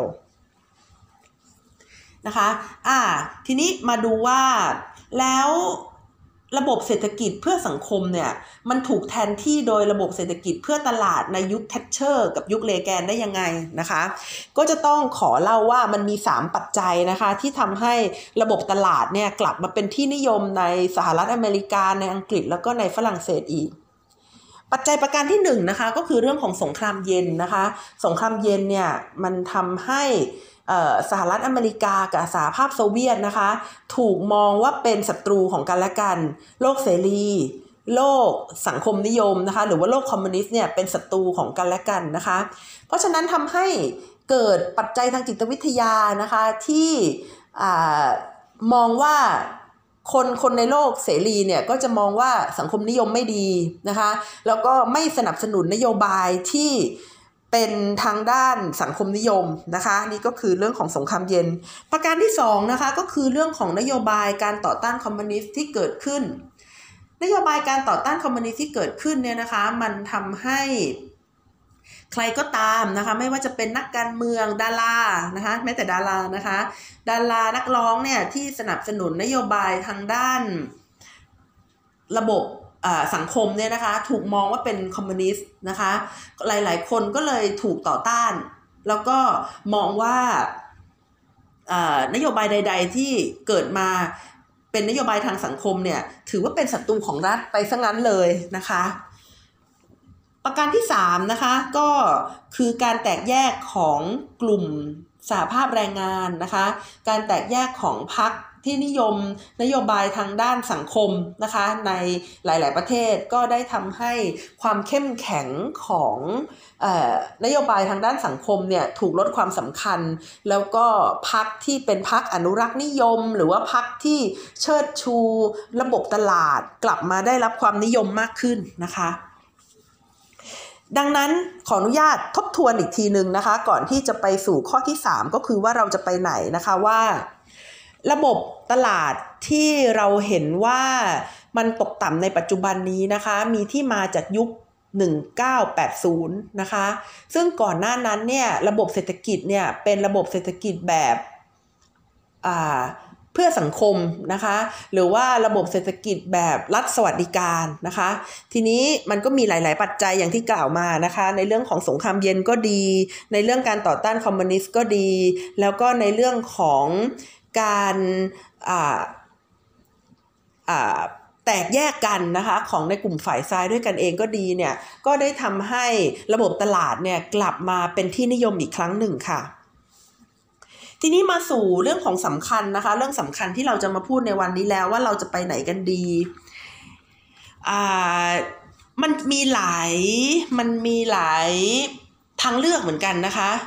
นะคะอ่าทีนี้มาดูว่าแล้วระบบเศรษฐกิจเพื่อสังคมเนี่ยมันถูกแทนที่โดยระบบเศรษฐกิจเพื่อตลาดในยุคแทชเชอร์กับยุคเลแกนได้ยังไงนะคะก็จะต้องขอเล่าว่ามันมีสามปัจจัยนะคะที่ทำให้ระบบตลาดเนี่ยกลับมาเป็นที่นิยมในสหรัฐอเมริกาในอังกฤษแล้วก็ในฝรั่งเศสอีกปัจจัยประการที่หนึ่งนะคะก็คือเรื่องของสงครามเย็นนะคะสงครามเย็นเนี่ยมันทำให้สหรัฐอเมริกากับสหภาพโซเวียตนะคะถูกมองว่าเป็นศัตรูของกันและกันโลกเสรีโลกสังคมนิยมนะคะหรือว่าโลกคอมมิวนิสต์เนี่ยเป็นศัตรูของกันและกันนะคะเพราะฉะนั้นทำให้เกิดปัจจัยทางจิตวิทยานะคะที่มองว่าคนคนในโลกเสรีเนี่ยก็จะมองว่าสังคมนิยมไม่ดีนะคะแล้วก็ไม่สนับสนุนนโยบายที่เป็นทางด้านสังคมนิยมนะคะนี่ก็คือเรื่องของสงครามเย็นประการที่สองนะคะก็คือเรื่องของนโยบายการต่อต้านคอมมิวนิสต์ที่เกิดขึ้นนโยบายการต่อต้านคอมมิวนิสต์ที่เกิดขึ้นเนี่ยนะคะมันทำให้ใครก็ตามนะคะไม่ว่าจะเป็นนักการเมืองดารานะคะแม้แต่ดารานะคะดารานักร้องเนี่ยที่สนับสนุนนโยบายทางด้านระบบสังคมเนี่ยนะคะถูกมองว่าเป็นคอมมิวนิสต์นะคะหลายๆคนก็เลยถูกต่อต้านแล้วก็มองว่านโยบายใดๆที่เกิดมาเป็นนโยบายทางสังคมเนี่ยถือว่าเป็นศัตรูของรัฐไปซะงั้นเลยนะคะประการที่สามนะคะก็คือการแตกแยกของกลุ่มสหภาพแรงงานนะคะการแตกแยกของพรรคที่นิยมนโยบายทางด้านสังคมนะคะในหลายๆประเทศก็ได้ทำให้ความเข้มแข็งของเอ่อนโยบายทางด้านสังคมเนี่ยถูกลดความสำคัญแล้วก็พรรคที่เป็นพรรคอนุรักษ์นิยมหรือว่าพรรคที่เชิดชูระบบตลาดกลับมาได้รับความนิยมมากขึ้นนะคะดังนั้นขออนุญาตทบทวนอีกทีนึงนะคะก่อนที่จะไปสู่ข้อที่สามก็คือว่าเราจะไปไหนนะคะว่าระบบตลาดที่เราเห็นว่ามันตกต่ำในปัจจุบันนี้นะคะมีที่มาจากยุคหนึ่งพันเก้าร้อยแปดสิบนะคะซึ่งก่อนหน้านั้นเนี่ยระบบเศรษฐกิจเนี่ยเป็นระบบเศรษฐกิจแบบอ่าเพื่อสังคมนะคะหรือว่าระบบเศรษฐกิจแบบรัฐสวัสดิการนะคะทีนี้มันก็มีหลายๆปัจจัยอย่างที่กล่าวมานะคะในเรื่องของสงครามเย็นก็ดีในเรื่องการต่อต้านคอมมิวนิสต์ก็ดีแล้วก็ในเรื่องของการอ่าอ่าแตกแยกกันนะคะของในกลุ่มฝ่ายซ้ายด้วยกันเองก็ดีเนี่ยก็ได้ทำให้ระบบตลาดเนี่ยกลับมาเป็นที่นิยมอีกครั้งหนึ่งค่ะทีนี้มาสู่เรื่องของสำคัญนะคะเรื่องสำคัญที่เราจะมาพูดในวันนี้แล้วว่าเราจะไปไหนกันดีอ่ามันมีหลายมันมีหลายทางเลือกเหมือนกันนะคะ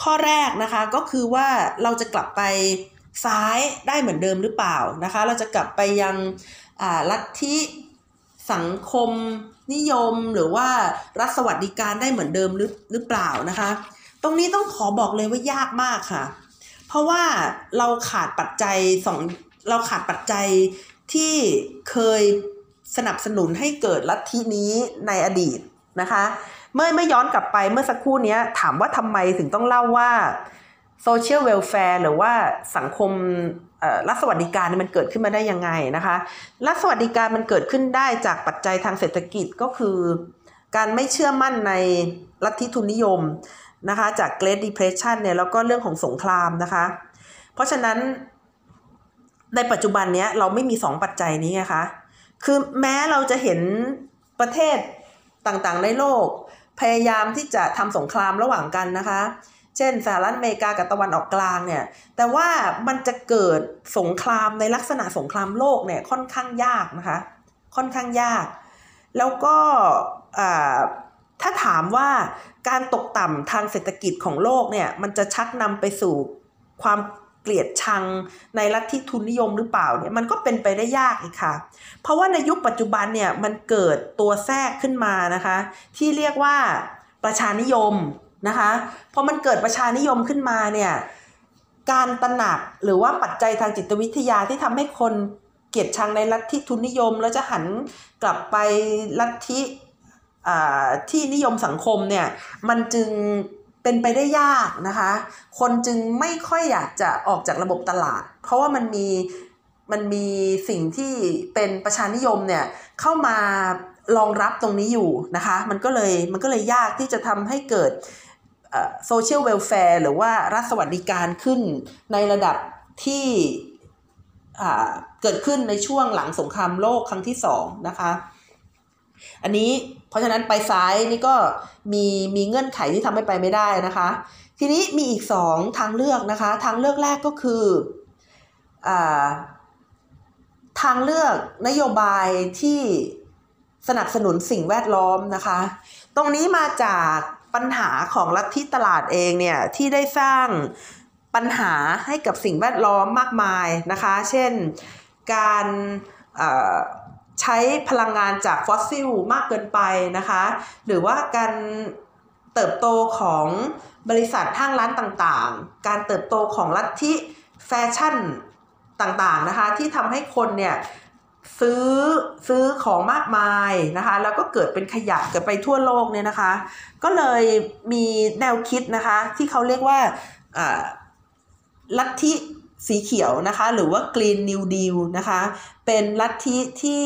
ข้อแรกนะคะก็คือว่าเราจะกลับไปซ้ายได้เหมือนเดิมหรือเปล่านะคะเราจะกลับไปยังลัทธิสังคมนิยมหรือว่ารัฐสวัสดิการได้เหมือนเดิมหรือหรือเปล่านะคะตรงนี้ต้องขอบอกเลยว่ายากมากค่ะเพราะว่าเราขาดปัจจัยสองเราขาดปัจจัยที่เคยสนับสนุนให้เกิดลัทธินี้ในอดีตนะคะเมื่อไม่ย้อนกลับไปเมื่อสักครู่นี้ถามว่าทำไมถึงต้องเล่าว่าโซเชียลเวลแฟร์หรือว่าสังคมรัฐสวัสดิการมันเกิดขึ้นมาได้ยังไงนะคะรัฐสวัสดิการมันเกิดขึ้นได้จากปัจจัยทางเศรษฐกิจก็คือการไม่เชื่อมั่นในลัทธิทุนนิยมนะคะจาก Great Depression เนี่ยแล้วก็เรื่องของสงครามนะคะเพราะฉะนั้นในปัจจุบันนี้เราไม่มีสองปัจจัยนี้ไงคะคือแม้เราจะเห็นประเทศต่างๆในโลกพยายามที่จะทำสงครามระหว่างกันนะคะเช่นสหรัฐอเมริกากับตะวันออกกลางเนี่ยแต่ว่ามันจะเกิดสงครามในลักษณะสงครามโลกเนี่ยค่อนข้างยากนะคะค่อนข้างยากแล้วก็ถ้าถามว่าการตกต่ำทางเศรษฐกิจของโลกเนี่ยมันจะชักนำไปสู่ความเกลียดชังในลัทธิทุนนิยมหรือเปล่าเนี่ยมันก็เป็นไปได้ยากอีกค่ะเพราะว่าในยุคปัจจุบันเนี่ยมันเกิดตัวแทรกขึ้นมานะคะที่เรียกว่าประชานิยมนะคะพอมันเกิดประชานิยมขึ้นมาเนี่ยการตระหนักหรือว่าปัจจัยทางจิตวิทยาที่ทำให้คนเกลียดชังในลัทธิทุนนิยมแล้วจะหันกลับไปลัทธิที่นิยมสังคมเนี่ยมันจึงเป็นไปได้ยากนะคะคนจึงไม่ค่อยอยากจะออกจากระบบตลาดเพราะว่ามันมีมันมีสิ่งที่เป็นประชานิยมเนี่ยเข้ามารองรับตรงนี้อยู่นะคะมันก็เลยมันก็เลยยากที่จะทำให้เกิดโซเชียลเวลแฟร์หรือว่ารัฐสวัสดิการขึ้นในระดับที่เกิดขึ้นในช่วงหลังสงครามโลกครั้งที่สองนะคะอันนี้เพราะฉะนั้นไปซ้ายนี่ก็มีมีเงื่อนไขที่ทำให้ไปไม่ได้นะคะทีนี้มีอีกสองทางเลือกนะคะทางเลือกแรกก็คืออ่าทางเลือกนโยบายที่สนับสนุนสิ่งแวดล้อมนะคะตรงนี้มาจากปัญหาของลัทธิตลาดเองเนี่ยที่ได้สร้างปัญหาให้กับสิ่งแวดล้อมมากมายนะคะเช่นการใช้พลังงานจากฟอสซิลมากเกินไปนะคะหรือว่าการเติบโตของบริษัทห้างร้านต่างๆการเติบโตของลัทธิแฟชั่นต่างๆนะคะที่ทำให้คนเนี่ยซื้อซื้อของมากมายนะคะแล้วก็เกิดเป็นขยะเกิดไปทั่วโลกเนี่ยนะคะก็เลยมีแนวคิดนะคะที่เขาเรียกว่าลัทธิสีเขียวนะคะหรือว่า Green New Deal นะคะเป็นลัทธิที่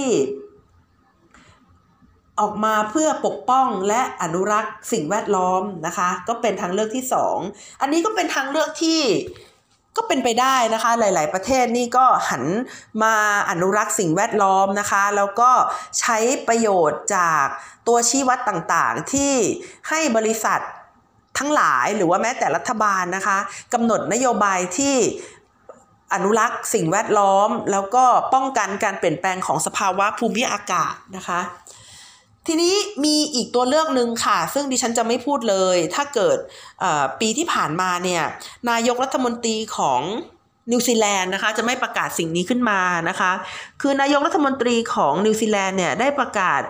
ออกมาเพื่อปกป้องและอนุรักษ์สิ่งแวดล้อมนะคะก็เป็นทางเลือกที่สองอันนี้ก็เป็นทางเลือกที่ก็เป็นไปได้นะคะหลายๆประเทศนี่ก็หันมาอนุรักษ์สิ่งแวดล้อมนะคะแล้วก็ใช้ประโยชน์จากตัวชี้วัดต่างๆที่ให้บริษัททั้งหลายหรือว่าแม้แต่รัฐบาลนะคะกำหนดนโยบายที่อนุรักษ์สิ่งแวดล้อมแล้วก็ป้องกันการเปลี่ยนแปลงของสภาวะภูมิอากาศนะคะทีนี้มีอีกตัวเลือกหนึ่งค่ะซึ่งดิฉันจะไม่พูดเลยถ้าเกิดปีที่ผ่านมาเนี่ยนายกรัฐมนตรีของนิวซีแลนด์นะคะจะไม่ประกาศสิ่งนี้ขึ้นมานะคะคือนายกรัฐมนตรีของนิวซีแลนด์เนี่ยได้ประกาศ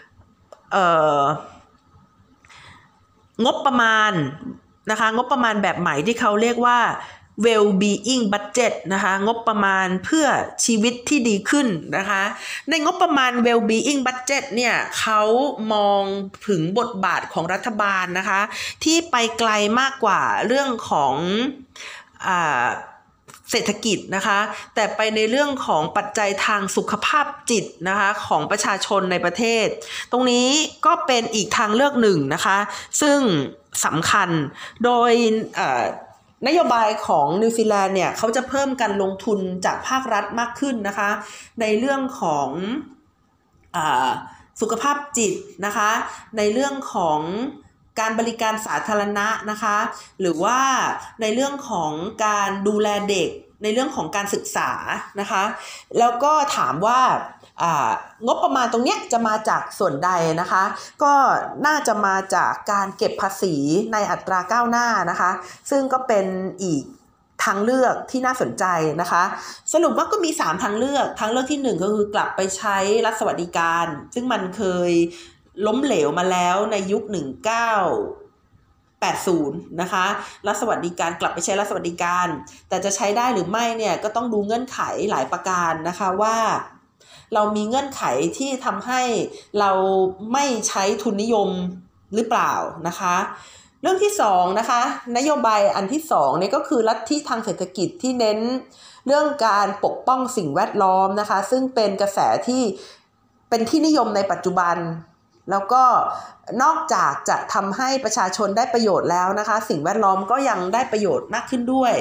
งบประมาณนะคะงบประมาณแบบใหม่ที่เขาเรียกว่าwell-being budget นะคะงบประมาณเพื่อชีวิตที่ดีขึ้นนะคะในงบประมาณ well-being budget เนี่ยเขามองถึงบทบาทของรัฐบาลนะคะที่ไปไกลมากกว่าเรื่องของอ่าเศรษฐกิจนะคะแต่ไปในเรื่องของปัจจัยทางสุขภาพจิตนะคะของประชาชนในประเทศตรงนี้ก็เป็นอีกทางเลือกหนึ่งนะคะซึ่งสำคัญโดยนโยบายของนิวซีแลนด์เนี่ยเขาจะเพิ่มการลงทุนจากภาครัฐมากขึ้นนะคะในเรื่องของอ่าสุขภาพจิตนะคะในเรื่องของการบริการสาธารณะนะคะหรือว่าในเรื่องของการดูแลเด็กในเรื่องของการศึกษานะคะแล้วก็ถามว่างบประมาณตรงนี้จะมาจากส่วนใดนะคะก็น่าจะมาจากการเก็บภาษีในอัตราก้าวหน้านะคะซึ่งก็เป็นอีกทางเลือกที่น่าสนใจนะคะสรุปว่าก็มีสามทางเลือกทางเลือกที่หนึ่งก็คือกลับไปใช้รัฐสวัสดิการซึ่งมันเคยล้มเหลวมาแล้วในยุคหนึ่งพันเก้าร้อยแปดสิบนะคะรัฐสวัสดิการกลับไปใช้รัฐสวัสดิการแต่จะใช้ได้หรือไม่เนี่ยก็ต้องดูเงื่อนไขหลายประการนะคะว่าเรามีเงื่อนไขที่ทำให้เราไม่ใช้ทุนนิยมหรือเปล่านะคะเรื่องที่สองนะคะนโยบายอันที่สองเนี่ยก็คือลัทธิทางเศรษฐกิจที่เน้นเรื่องการปกป้องสิ่งแวดล้อมนะคะซึ่งเป็นกระแสที่เป็นที่นิยมในปัจจุบันแล้วก็นอกจากจะทำให้ประชาชนได้ประโยชน์แล้วนะคะสิ่งแวดล้อมก็ยังได้ประโยชน์มากขึ้นด้วย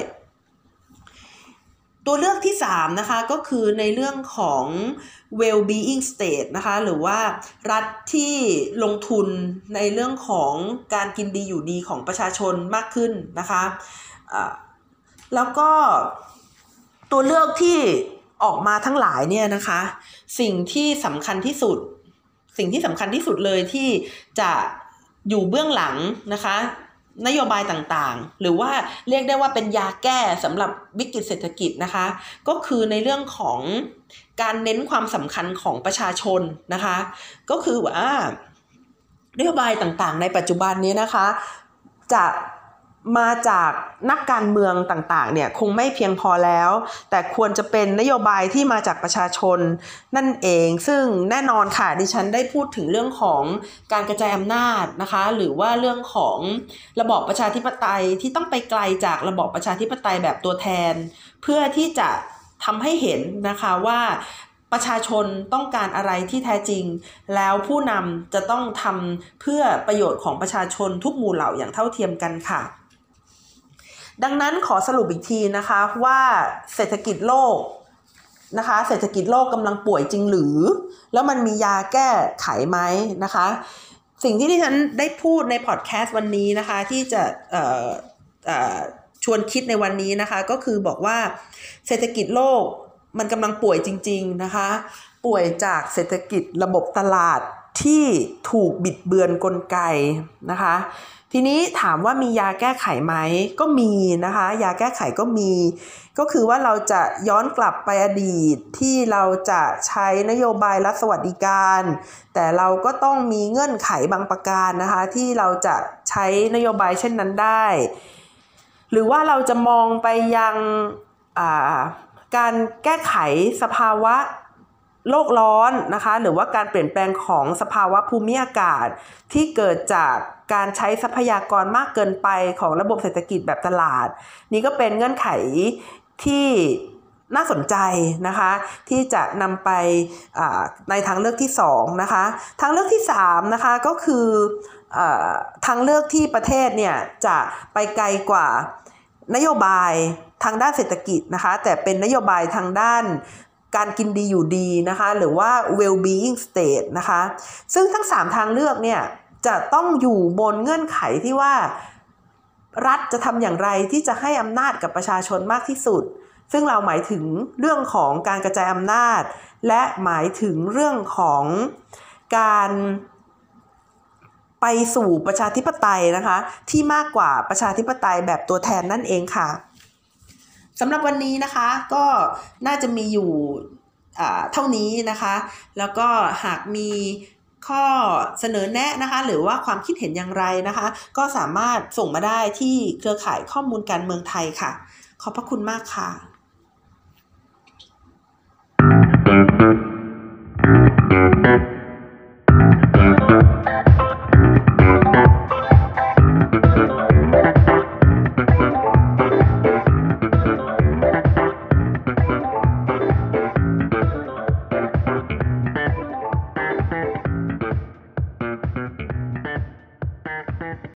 ตัวเลือกที่สามนะคะก็คือในเรื่องของ well-being state นะคะหรือว่ารัฐที่ลงทุนในเรื่องของการกินดีอยู่ดีของประชาชนมากขึ้นนะคะะแล้วก็ตัวเลือกที่ออกมาทั้งหลายเนี่ยนะคะสิ่งที่สำคัญที่สุดสิ่งที่สำคัญที่สุดเลยที่จะอยู่เบื้องหลังนะคะนโยบายต่างๆหรือว่าเรียกได้ว่าเป็นยาแก้สำหรับวิกฤตเศรษฐกิจนะคะก็คือในเรื่องของการเน้นความสำคัญของประชาชนนะคะก็คือว่านโยบายต่างๆในปัจจุบันนี้นะคะจะมาจากนักการเมืองต่างๆเนี่ยคงไม่เพียงพอแล้วแต่ควรจะเป็นนโยบายที่มาจากประชาชนนั่นเองซึ่งแน่นอนค่ะดิฉันได้พูดถึงเรื่องของการกระจายอำนาจนะคะหรือว่าเรื่องของระบอบประชาธิปไตยที่ต้องไปไกลจากระบอบประชาธิปไตยแบบตัวแทนเพื่อที่จะทำให้เห็นนะคะว่าประชาชนต้องการอะไรที่แท้จริงแล้วผู้นำจะต้องทำเพื่อประโยชน์ของประชาชนทุกหมู่เหล่าอย่างเท่าเทียมกันค่ะดังนั้นขอสรุปอีกทีนะคะว่าเศรษฐกิจโลกนะคะเศรษฐกิจโลกกำลังป่วยจริงหรือแล้วมันมียาแก้ไขไหมนะคะสิ่งที่ดิฉันได้พูดในพอดแคสต์วันนี้นะคะที่จะเอ่อเอ่อชวนคิดในวันนี้นะคะก็คือบอกว่าเศรษฐกิจโลกมันกำลังป่วยจริงๆนะคะป่วยจากเศรษฐกิจระบบตลาดที่ถูกบิดเบือนกลไกนะคะทีนี้ถามว่ามียาแก้ไขไหมก็มีนะคะยาแก้ไขก็มีก็คือว่าเราจะย้อนกลับไปอดีตที่เราจะใช้นโยบายรัฐสวัสดิการแต่เราก็ต้องมีเงื่อนไขบางประการนะคะที่เราจะใช้นโยบายเช่นนั้นได้หรือว่าเราจะมองไปยังอ่าการแก้ไขสภาวะโลกร้อนนะคะหรือว่าการเปลี่ยนแปลงของสภาวะภูมิอากาศที่เกิดจากการใช้ทรัพยากรมากเกินไปของระบบเศรษฐกิจแบบตลาดนี่ก็เป็นเงื่อนไขที่น่าสนใจนะคะที่จะนำไปในทางเลือกที่สองนะคะทางเลือกที่สามนะคะก็คือทางเลือกที่ประเทศเนี่ยจะไปไกลกว่านโยบายทางด้านเศรษฐกิจนะคะแต่เป็นนโยบายทางด้านการกินดีอยู่ดีนะคะหรือว่า well-being state นะคะซึ่งทั้งสามทางเลือกเนี่ยจะต้องอยู่บนเงื่อนไขที่ว่ารัฐจะทำอย่างไรที่จะให้อำนาจกับประชาชนมากที่สุดซึ่งเราหมายถึงเรื่องของการกระจายอำนาจและหมายถึงเรื่องของการไปสู่ประชาธิปไตยนะคะที่มากกว่าประชาธิปไตยแบบตัวแทนนั่นเองค่ะสำหรับวันนี้นะคะก็น่าจะมีอยู่เท่านี้นะคะแล้วก็หากมีข้อเสนอแนะนะคะหรือว่าความคิดเห็นอย่างไรนะคะก็สามารถส่งมาได้ที่เครือข่ายข้อมูลการเมืองไทยค่ะขอบพระคุณมากค่ะ